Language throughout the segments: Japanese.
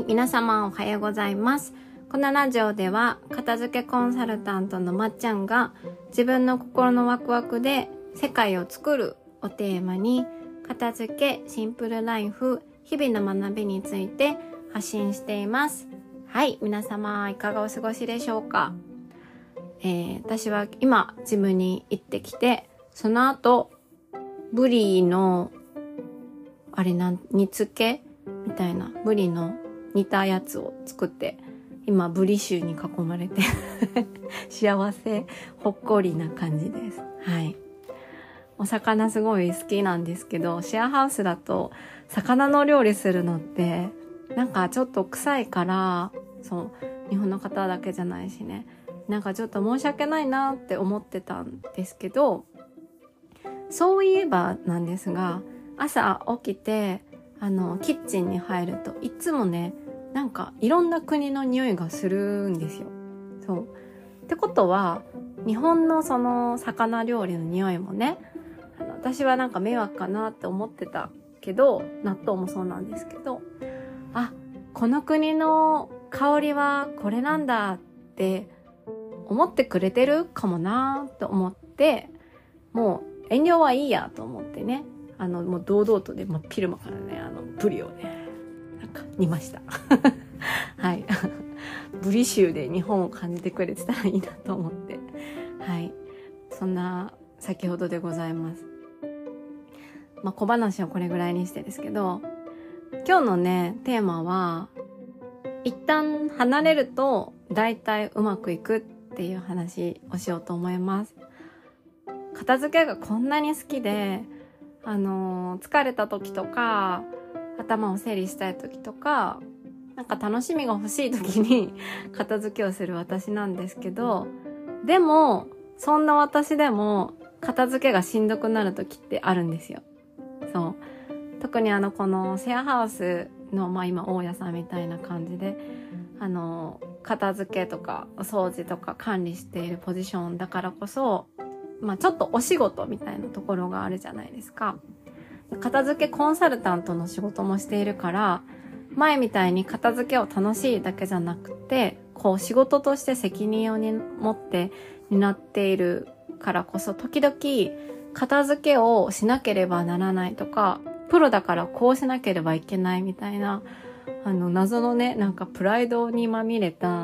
い、皆様おはようございます。このラジオでは片付けコンサルタントのまっちゃんが自分の心のワクワクで世界を作るをテーマに片付け、シンプルライフ、日々の学びについて発信しています。はい、皆様いかがお過ごしでしょうか。私は今ジムに行ってきて、その後ブリの煮付けみたいなブリの煮たやつを作って、今ブリ臭に囲まれて幸せほっこりな感じです。はい。お魚すごい好きなんですけど、シェアハウスだと魚の料理するのってなんかちょっと臭いから、日本の方だけじゃないしね、なんかちょっと申し訳ないなって思ってたんですけど、そういえばなんですが、朝起きてキッチンに入るといつもね、なんかいろんな国の匂いがするんですよ。そうってことは日本のその魚料理の匂いもね、私はなんか迷惑かなって思ってたけど、納豆もそうなんですけど、この国の香りはこれなんだって思ってくれてるかもなと思って、もう遠慮はいいやと思ってね、もう堂々とね、昼間からね、ブリをね、なんか煮ました。はい。ブリ臭で日本を感じてくれてたらいいなと思って。はい。そんな先ほどでございます。小話はこれぐらいにしてですけど、今日のね、テーマは、一旦離れると大体うまくいくっていう話をしようと思います。片付けがこんなに好きで、疲れた時とか、頭を整理したい時とか、なんか楽しみが欲しい時に片付けをする私なんですけど、でもそんな私でも片付けがしんどくなる時ってあるんですよ。そう。特にこのシェアハウスの今大家さんみたいな感じで片付けとかお掃除とか管理しているポジションだからこそ、ちょっとお仕事みたいなところがあるじゃないですか。片付けコンサルタントの仕事もしているから、前みたいに片付けを楽しいだけじゃなくて、仕事として責任を持って担っているからこそ、時々片付けをしなければならないとか、プロだからこうしなければいけないみたいな、謎のね、なんかプライドにまみれた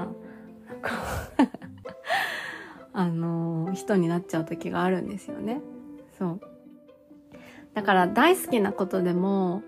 人になっちゃう時があるんですよね。そう。だから大好きなことでも、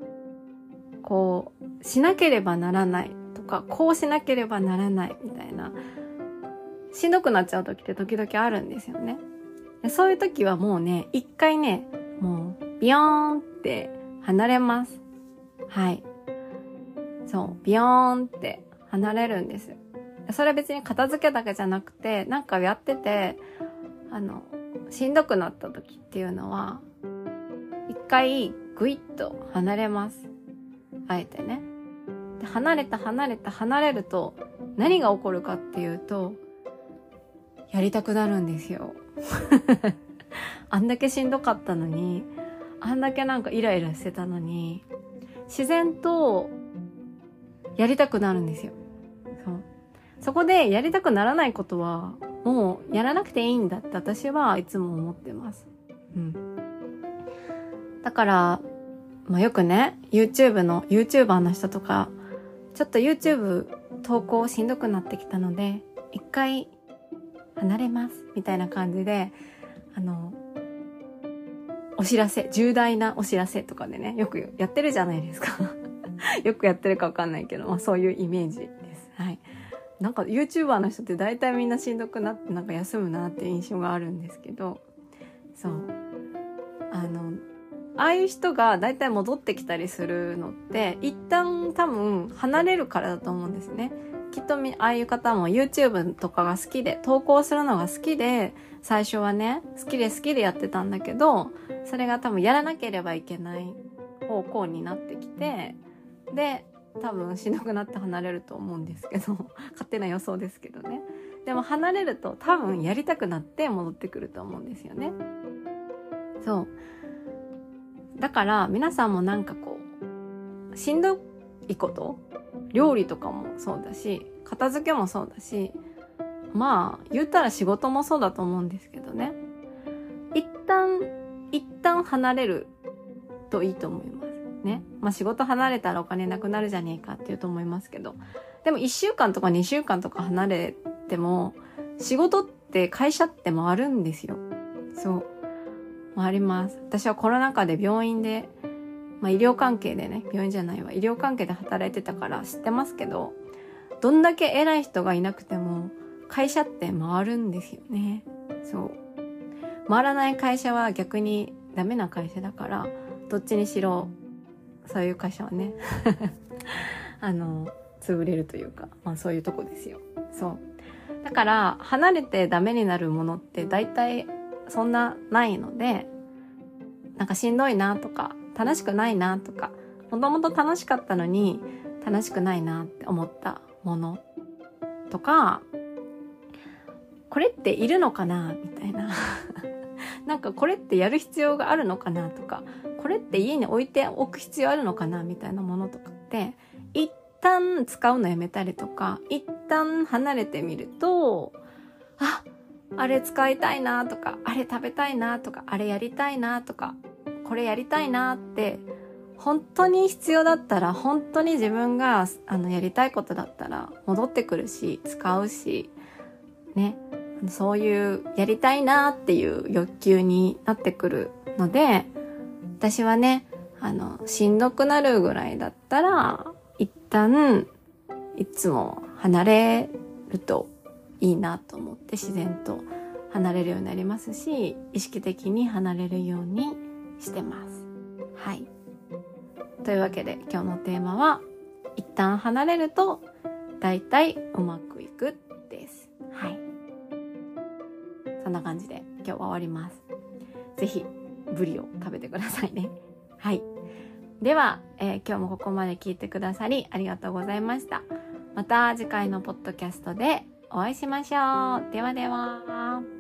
しなければならないとか、こうしなければならないみたいな、しんどくなっちゃう時って時々あるんですよね。そういう時はもうね、一回ね、もうビヨーンって離れます。はい。そう、ビヨーンって離れるんです。それは別に片付けだけじゃなくて、なんかやってて、しんどくなった時っていうのは、一回グイッと離れます。あえてね。で、離れると何が起こるかっていうと、やりたくなるんですよ。あんだけしんどかったのに、あんだけなんかイライラしてたのに、自然とやりたくなるんですよ。そこでやりたくならないことはもうやらなくていいんだって私はいつも思ってます。だからよくね、YouTuber の人とか、ちょっと YouTube 投稿しんどくなってきたので、一回離れます、みたいな感じで、お知らせ、重大なお知らせとかでね、よくやってるじゃないですか。よくやってるかわかんないけど、そういうイメージです。はい。なんか YouTuber の人って大体みんなしんどくなってなんか休むなって印象があるんですけど、そう。ああいう人がだいたい戻ってきたりするのって一旦多分離れるからだと思うんですね。きっとああいう方も YouTube とかが好きで投稿するのが好きで、最初はね好きでやってたんだけど、それが多分やらなければいけない方向になってきて、で多分しんどくなって離れると思うんですけど、勝手な予想ですけどね。でも離れると多分やりたくなって戻ってくると思うんですよね。そうだから皆さんもなんかしんどいこと料理とかもそうだし、片付けもそうだし、まあ言ったら仕事もそうだと思うんですけどね。一旦離れるといいと思いますね。まあ仕事離れたらお金なくなるじゃねえかって言うと思いますけど、でも1週間とか2週間とか離れても仕事って会社って回るんですよ。そう回ります。私はコロナ禍で病院で、まあ医療関係でね、病院じゃないわ、医療関係で働いてたから知ってますけど、どんだけ偉い人がいなくても会社って回るんですよね。そう回らない会社は逆にダメな会社だから、どっちにしろそういう会社はね潰れるというか、まあそういうとこですよ。そうだから離れてダメになるものって大体そんなないので、なんかしんどいなとか楽しくないなとか、もともと楽しかったのに楽しくないなって思ったものとか、これっているのかなみたいななんかこれってやる必要があるのかなとか、これって家に置いておく必要あるのかなみたいなものとかって、一旦使うのやめたりとか、一旦離れてみると、あれ使いたいなとか、あれ食べたいなとか、あれやりたいなとか、これやりたいなって、本当に必要だったら、本当に自分がやりたいことだったら戻ってくるし、使うしね、そういうやりたいなっていう欲求になってくるので、私はね、しんどくなるぐらいだったら一旦いつも離れるといいなと思って、自然と離れるようになりますし、意識的に離れるようにしてます。はい。というわけで今日のテーマは、一旦離れるとだいたいうまくいくです。はい。そんな感じで今日は終わります。ぜひブリを食べてくださいね。はい。では、今日もここまで聞いてくださりありがとうございました。また次回のポッドキャストでお会いしましょう。ではでは。